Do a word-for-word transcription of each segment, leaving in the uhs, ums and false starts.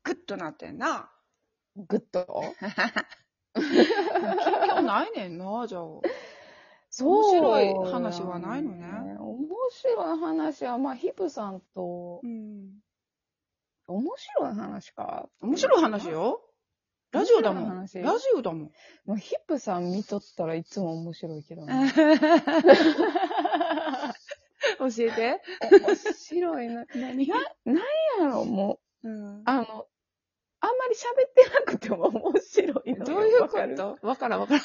グッとなってんな。 グッと近況ないねんな、じゃあ。 そう。 面白い話はないのね。 面白い話は、まあ、ヒプさんと、 うん。 面白い話か。 面白い話よ。ラジオだもん。 面白い話ラジオだもん。 まあ、ヒプさん見とったらいつも面白いけどね。 教えて。 面白いな。 何な、なんやろ、もう、 うん、 あの、あんまり喋ってなくても面白いのよ。 どういうこわかるとわからんわからん。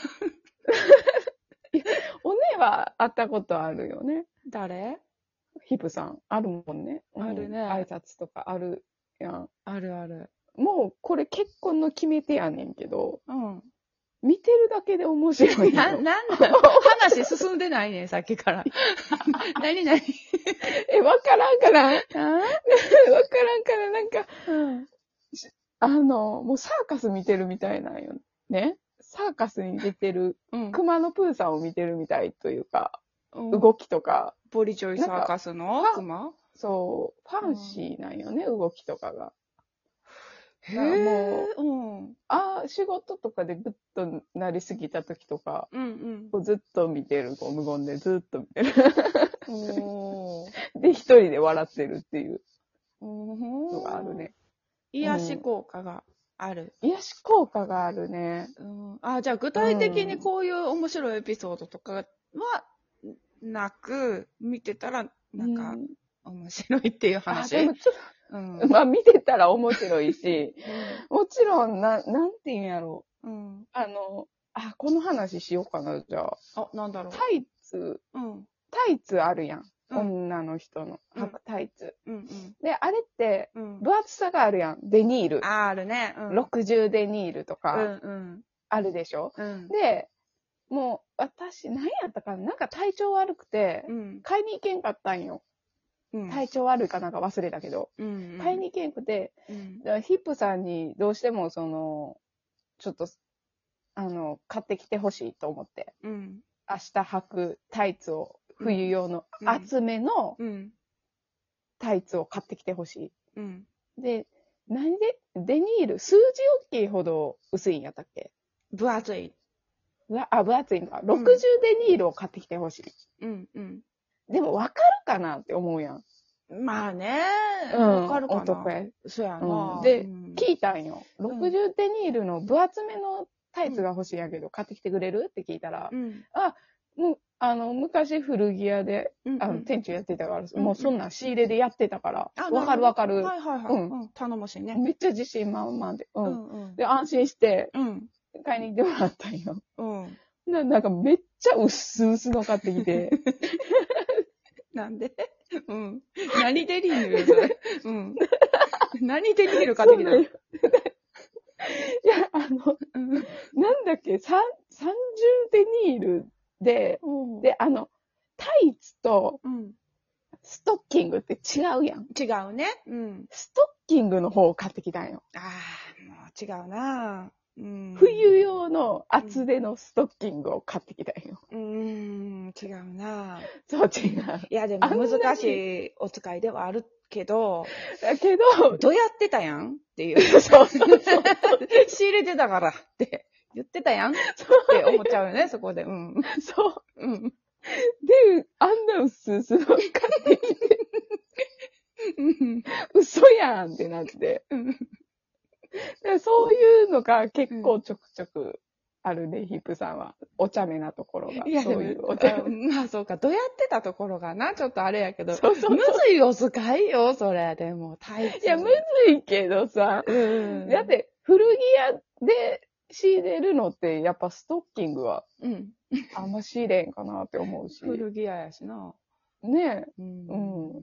おねは会ったことあるよね。 誰ヒプさん。あるもんね。うんあるね挨拶とかあるやん。 あるある。 もう、これ結婚の決め手やねんけど、 うん。 見てるだけで面白いのな、 よ。 なんだ話進んでないねん、さっきから。何何え、わからんからん。わあからんから、なんか、 うん。 あの、もうサーカス見てるみたいなんよね。サーカスに出てる、 うん。 熊野プーさんを見てるみたいというか、 うん動きとか、 ボリジョイサーカスのなんかクマそう、ファンシーなんよね、動きとかが。 へだからもえ。うん。 ああ、仕事とかでグッとなりすぎた時とか、 うんこうずっと見てる、こう無言でずっと見てる。 うん。おー。 で、一人で笑ってるっていうおのがあるね。 癒し効果がある。 癒し効果があるね。 うん、あ、じゃあ具体的にこういう面白いエピソードとかはなく、見てたらなんか面白いっていうあ、 話。 でもちょっうんと、まあ見てたら面白いし、もちろん、な、なんて言うんやろうん。 う。あの、あ、この話しようかな、じゃあ。 あ、なんだろう。 タイツ、 うん。 タイツあるやん。 うん女の人の履くタイツ。 うんうん。 で、あれって、 うん。 分厚さがあるやん。デニール。 あ、あるね。うん。 ろくじゅうデニールとうか、 んうん。 あるでしょ、 うん。 で、もう、私、何やったかななんか体調悪くて、 うん。 買いに行けんかったんよ。 うん。 体調悪いかなんか忘れたけど。 うんうん。 買いに行けんくて、 うん。 だからヒップさんにどうしてもその、ちょっと、あの、買ってきてほしいと思って。 うん。 明日履くタイツを、冬用のうん厚めのうん。 タイツを買ってきてほしうん。 い。で、何で、デニール、数字大きいほど薄いんやったっけ分厚い。 うわ、あ、分厚いんか。ろくじゅうデニールを買ってきてほしい。 うんうん。 でも分かるかなって思うやん。 まあね。 うんわかるかな。 男や。 そうやうな。 ん、で、 うん聞いたんよ。ろくじゅうデニールの分厚めのタイツが欲しいんやけど、買ってきてくれるって聞いたら、 うん。 あ、もう、あの、昔古着屋で、 うんあの、店長やってたから、 うんもうそんなん仕入れでやってたから、 あわかるわかる。 はいはいはい。 うんうん。頼もしいね。 めっちゃ自信満々で。う。 うんんうん。 で、安心してうん。 買いに行ってもらったんよ。 うん。 ななんかめっちゃ薄々の買ってきて。 なんでうん。何デニールそれ。うん。何デニール買ってきたのそうなんよいや、あの、 うん。 なんだっけ、さんさんじゅうデニールで、 うん。 で、あの、タイツとうん。 ストッキングって違うやん。 違うね。うん。 ストッキングの方を買ってきたんよ。 ああ、もう違うな。うん。 冬用の厚手のストッキングを買ってきたんよ。 うーん、違うな。 そう違う。 いや、でも難しいお使いではあるけど、 だけど、 どうやってたやんっていう。 そうそうそう。 仕入れてたからって言ってたやんって思っちゃうよね、そこで。うん。 そう。 うん。 で、あんな薄々の買ってきて、 うん。 嘘やんってなって。 うんでそういうのが結構ちょくちょくあるね、ヒップさんは。お茶目なところが。 いや、 そういうでもお茶目。 まあそうか、どうやってたところがな、ちょっとあれやけど、 そうそうそうむずいお使いよ、それ。でも、タイツ。 いや、むずいけどさ。 うん。 だっ、て、古着屋で仕入れるのって、やっぱストッキングはうん。 あんま仕入れんかなって思うし。 古着屋やしな。 ねえ。 うん。 うん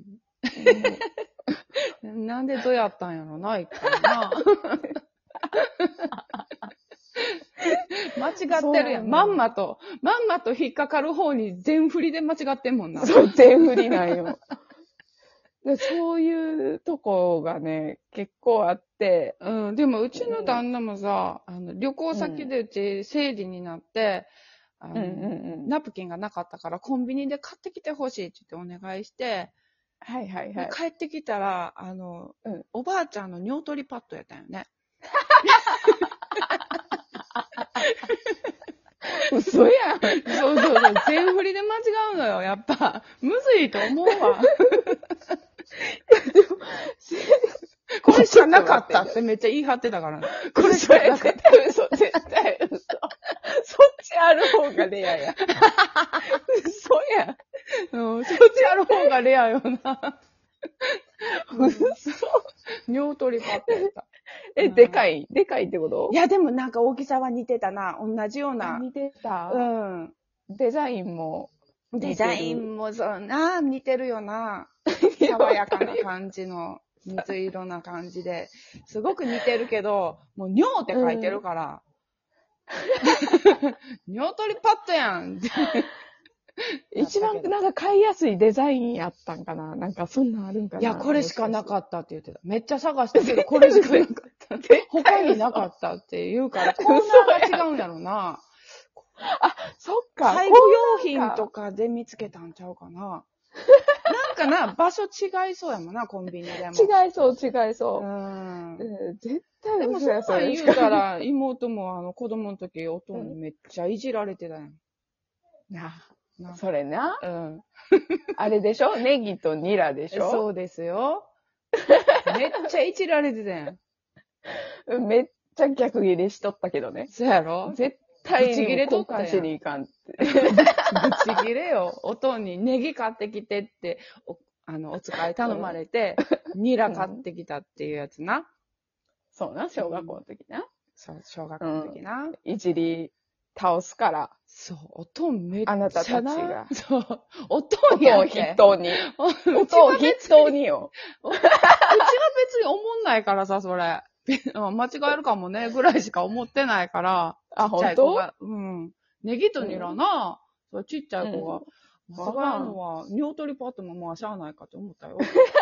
なんでどうやったんやろな、一回な。間違ってるやん。まんまと、まんまと引っかかる方に全振りで間違ってんもんな。 そう、全振りなんよ。でそういうとこがね、結構あって、 うん。でも、うちの旦那もさ、あの、旅行先でうち生理になって、あの、 うんうんうんナプキンがなかったからコンビニで買ってきてほしいって言ってお願いして、 はいはいはい。 帰ってきたら、あの、 うん、 おばあちゃんの尿取りパッドやったよね。 嘘やん。 そうそうそう。全振りで間違うのよ。やっぱ、むずいと思うわ。これしかなかったってめっちゃ言い張ってたからね。 これしかなかった。嘘、絶対嘘。そっちある方がレアや。嘘やん。 うん、そっちある方がレアよな。 嘘。 尿取りパッドやった。 え、でかいでかいってこと？ いや、でもなんか大きさは似てたな。同じような。 似てた。 うん。 デザインも。 デザインもそうな、似てるよな。爽やかな感じの、水色な感じで。すごく似てるけど、もう尿って書いてるから。うん、尿取りパッドやんって。 一番なんか買いやすいデザインやったんかな。なんかそんなんあるんかな。 いや、これしかなかったって言ってた。めっちゃ探したけど、これしかなかった。他になかったって言うから、コーナーが違うんやろな。 あ、そっか。 介護用品とかで見つけたんちゃうかな。なんかな、場所違いそうやもんな、コンビニでも。 違いそう、違いそう。 うん。 うん、絶対でもそんなん言うたら、妹もあの子供の時、おとんにめっちゃいじられてたやん。 な、なそれな。 うん。 あれでしょ？ネギとニラでしょ？ そうですよ。めっちゃいじられてたやん。めっちゃ逆ギレしとったけどね。 そうやろ？ 絶対にぶち切れとったやん。 交換しに行かんって。 ぶち切れよ。おとんにネギ買ってきてって、お、あの、お使い頼まれて、ニラ買ってきたっていうやつな。 そうな、小学校の時な。 そう、小学校の時な。 いじり倒すから。 そう、おとんめっちゃな。 あなたたちが。 そう、おとんやんけ。 筆頭に。おとん筆頭によ。 うちは別に思んないからさ、それ。間違えるかもね、ぐらいしか思ってないから。 あ、 ちっちゃい子が。うん。ネギとニラな、うん、そうちっちゃい子が。間違えるのは、尿取りパッドもまあしゃあないかって思ったよ。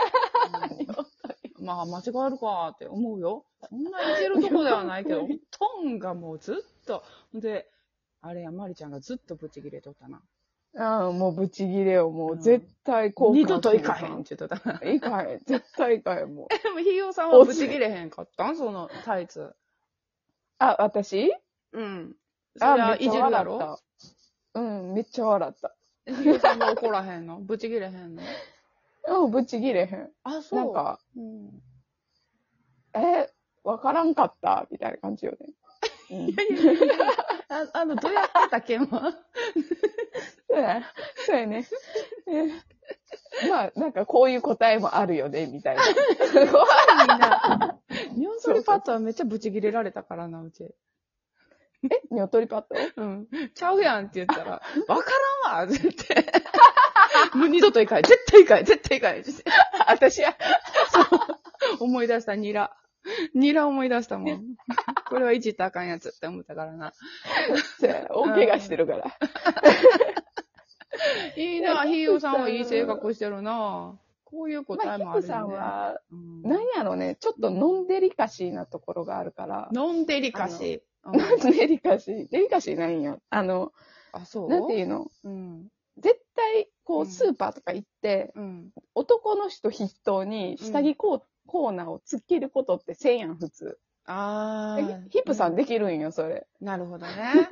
うん、まあ間違えるかって思うよ。そんないじるとこではないけど、トンがもうずっと。で、あれや、まりちゃんがずっとブチギレとったな。 ああ、もうブチギレをもう絶対交換、 うん、二度と行かへんって言っとった。 行かへん。絶対行かへん、もう。 でもひよさんはブチギレへんかったんそのタイツ。 あ、私？ うん。 あ、めっちゃ笑った。うん、めっちゃ笑った。 ひよさんが怒らへんの？ブチギレへんの？ うん、ブチギレへん。 あ、そう。 なんか、 うん、 え、わからんかったみたいな感じよね。 うん、いやいやいやあ、あの、どうやってたけんはそうや、そうやね。まあ、なんかこういう答えもあるよね、みたいな。怖いな。尿取りパッドはめっちゃブチギレられたからな、うち。え尿取りパッド？ うん。ちゃうやんって言ったら、わからんわって言って。もう二度と行かない。絶対行かない。絶対行かない。 私は、 そう。思い出した、ニラ。ニラ思い出したもん。これはいじったらあかんやつって思ったからな。 そうや、大怪我してるから。 いいな、ひよさんはいい性格してるな。こういう答えもあるね。 まあ、ひよさんは、うん、なんやろね、ちょっとノンデリカシーなところがあるから。 ノンデリカシー。ノンデリカシー。デリカシーないんよ。あの、 あ、そう？ なんていうの？ うん。 絶対、こう、スーパーとか行って、うん、男の人筆頭に下着コー、うん、コーナーを突っ切ることってせんやん、普通。 ああ。 ヒップさんできるんよ、それ。 なるほどね。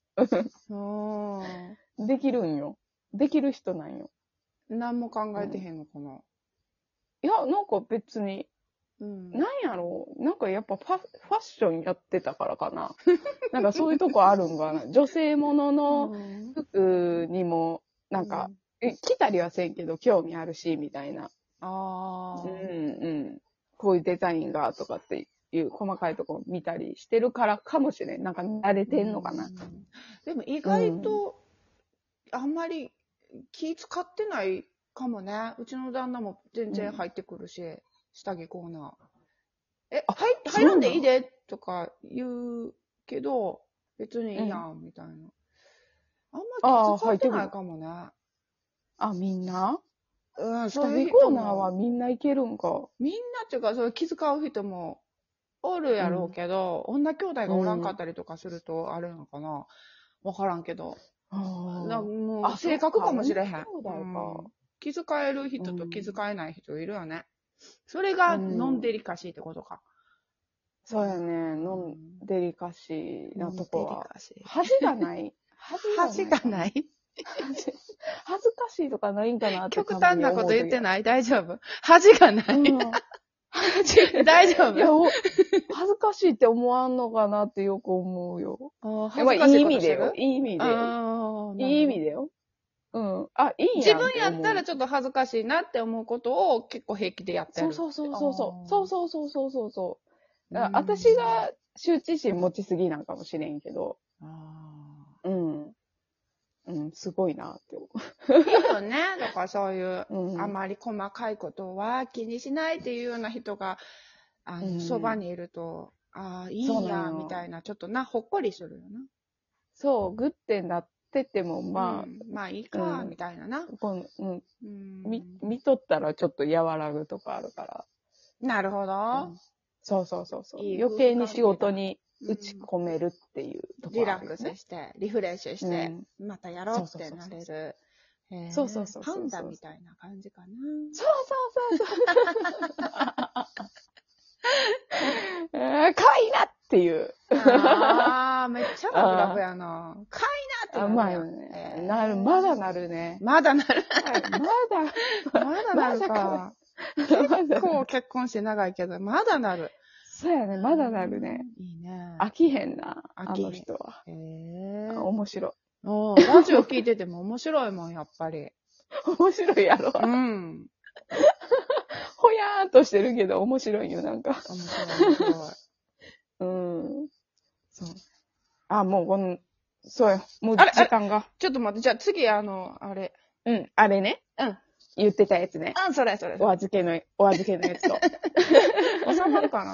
できるんよ。できる人なんよ。 何も考えてへんのかな、うん、 いや、なんか別に、うん、なんやろう。なんかやっぱファ、ファッションやってたからかな。なんかそういうとこあるんかな。女性ものの服にも、なんか、うん、着たりはせんけど興味あるし、みたいな。ああ。うんうん。こういうデザインがとかっていう細かいとこ見たりしてるからかもしれん。なんか慣れてんのかな。うん、 でも意外と、あんまり気使ってないかもね。うちの旦那も全然入ってくるし、うん、下着コーナー。え、入、入らんでいいでとか言うけど、別にいいやん、みたいな。あんま気使ってないかもね。 あ、みんな？ うん、 下着コーナーはみんないけるんか。 みんなっていうか、それ気遣う人もおるやろうけど、うん、女兄弟がおらんかったりとかすると、あれなのかな。わからんけど。あもう性格かもしれへん。 兄弟か。 気遣える人と気遣えない人いるよね。うん、それがノンデリカシーってことか。 そうやね。ノンデリカシーなとこは。恥がない。 恥がない。 恥ずかしいとかないんかなって。 極端なこと言ってない？大丈夫？恥がない。うん、大丈夫？ いや、恥ずかしいって思わんのかなってよく思うよ。 あ、恥ずかしいことしてる？ いい意味でよ。いい意味でよ。うん。あ、いいやん。自分やったらちょっと恥ずかしいなって思うことを結構平気でやってる。 そうそうそうそう。そうそうそうそうそうそう。だから私が羞恥心持ちすぎなんかもしれんけど。あうん。うん、すごいなって思う。 いいよね。だからそういう、うん、あまり細かいことは気にしないっていうような人が、あの、そば、うん、にいると、ああ、いいや、みたいな、ちょっとな、ほっこりするよな。 そう、グッてなってても、まあ、うん、 まあいいか、うん、みたいなな。 このうんうん、見、見とったらちょっと和らぐとかあるから。 なるほど。うん、 そうそうそうそう。いい余計に仕事に打ち込めるっていうところ、ね、 リラックスして、リフレッシュして、うん、またやろうってなれる。 そうそうそうそう。 パンダみたいな感じかな。 そうそうそうそう。えー、かわいいなっていう。 ああ、めっちゃラブラブやな。かわいいなってなるやん。 あ、まあね、えー。なる、まだなるね。 まだなる。 まだ、 まだなるか。結構結婚して長いけど、まだなる。 そうやね、まだなるね。 いいね。 飽きへんな、あの人は。 へえー。 面白い。 おラジオ聞いてても面白いもん、やっぱり。 面白いやろ。 うん。 ほやーっとしてるけど面白いよ、なんか。 面白い、面白い。 うん。そう。あ、もうこの、そうよ。もう時間が。 ちょっと待って、じゃあ次、あの、あれ。 うん、あれね。 うん。 言ってたやつね。 うん、それ、それ。 お預けの、お預けのやつと。 収まるかな